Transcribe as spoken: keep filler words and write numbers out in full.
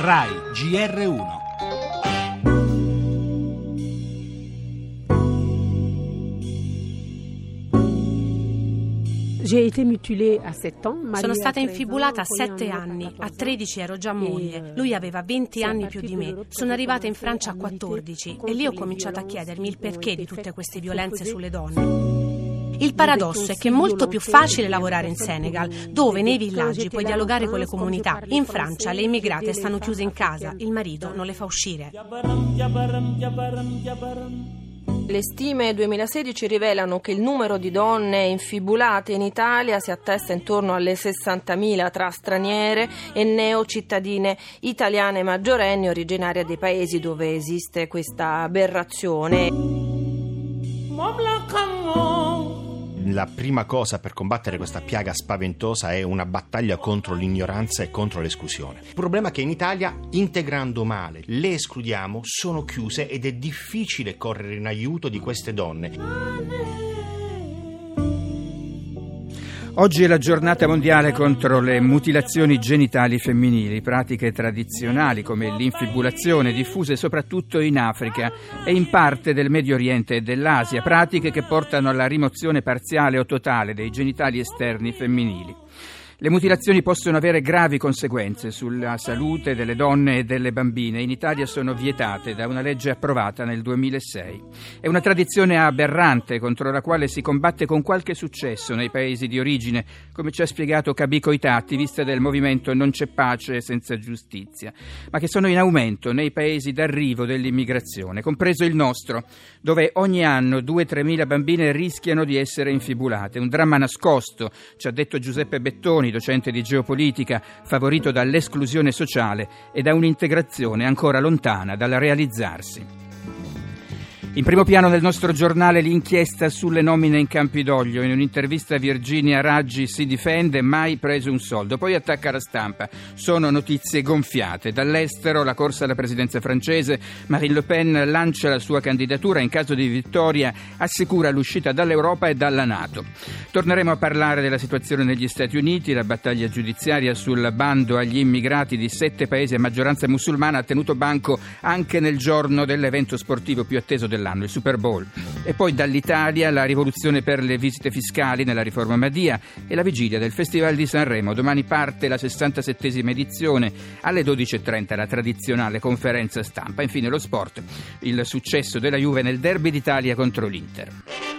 Rai G R uno. Sono stata infibulata a sette anni, a tredici ero già moglie, lui aveva venti anni più di me, sono arrivata in Francia a quattordici e lì ho cominciato a chiedermi il perché di tutte queste violenze sulle donne. Il paradosso è che è molto più facile lavorare in Senegal, dove nei villaggi puoi dialogare con le comunità. In Francia le immigrate stanno chiuse in casa, il marito non le fa uscire. Le stime duemilasedici rivelano che il numero di donne infibulate in Italia si attesta intorno alle sessantamila tra straniere e neocittadine italiane maggiorenni originarie dei paesi dove esiste questa aberrazione. La prima cosa per combattere questa piaga spaventosa è una battaglia contro l'ignoranza e contro l'esclusione. Il problema è che in Italia, integrando male, le escludiamo, sono chiuse ed è difficile correre in aiuto di queste donne. Oggi è la giornata mondiale contro le mutilazioni genitali femminili, pratiche tradizionali come l'infibulazione diffuse soprattutto in Africa e in parte del Medio Oriente e dell'Asia, pratiche che portano alla rimozione parziale o totale dei genitali esterni femminili. Le mutilazioni possono avere gravi conseguenze sulla salute delle donne e delle bambine. In Italia sono vietate da una legge approvata nel duemilasei. È una tradizione aberrante contro la quale si combatte con qualche successo nei paesi di origine, come ci ha spiegato Cabi Koita, attivista del movimento Non c'è pace senza giustizia, ma che sono in aumento nei paesi d'arrivo dell'immigrazione, compreso il nostro, dove ogni anno due-tremila bambine rischiano di essere infibulate. Un dramma nascosto, ci ha detto Giuseppe Bettoni, docente di geopolitica, favorito dall'esclusione sociale e da un'integrazione ancora lontana dal realizzarsi. In primo piano del nostro giornale l'inchiesta sulle nomine in Campidoglio. In un'intervista Virginia Raggi si difende, mai preso un soldo. Poi attacca la Stampa. Sono notizie gonfiate. Dall'estero la corsa alla presidenza francese. Marine Le Pen lancia la sua candidatura. In caso di vittoria assicura l'uscita dall'Europa e dalla NATO. Torneremo a parlare della situazione negli Stati Uniti. La battaglia giudiziaria sul bando agli immigrati di sette paesi a maggioranza musulmana ha tenuto banco anche nel giorno dell'evento sportivo più atteso dell'anno, il Super Bowl. E poi dall'Italia la rivoluzione per le visite fiscali nella riforma Madia e la vigilia del Festival di Sanremo. Domani parte la sessantasettesima edizione, alle dodici e trenta la tradizionale conferenza stampa. Infine lo sport, il successo della Juve nel derby d'Italia contro l'Inter.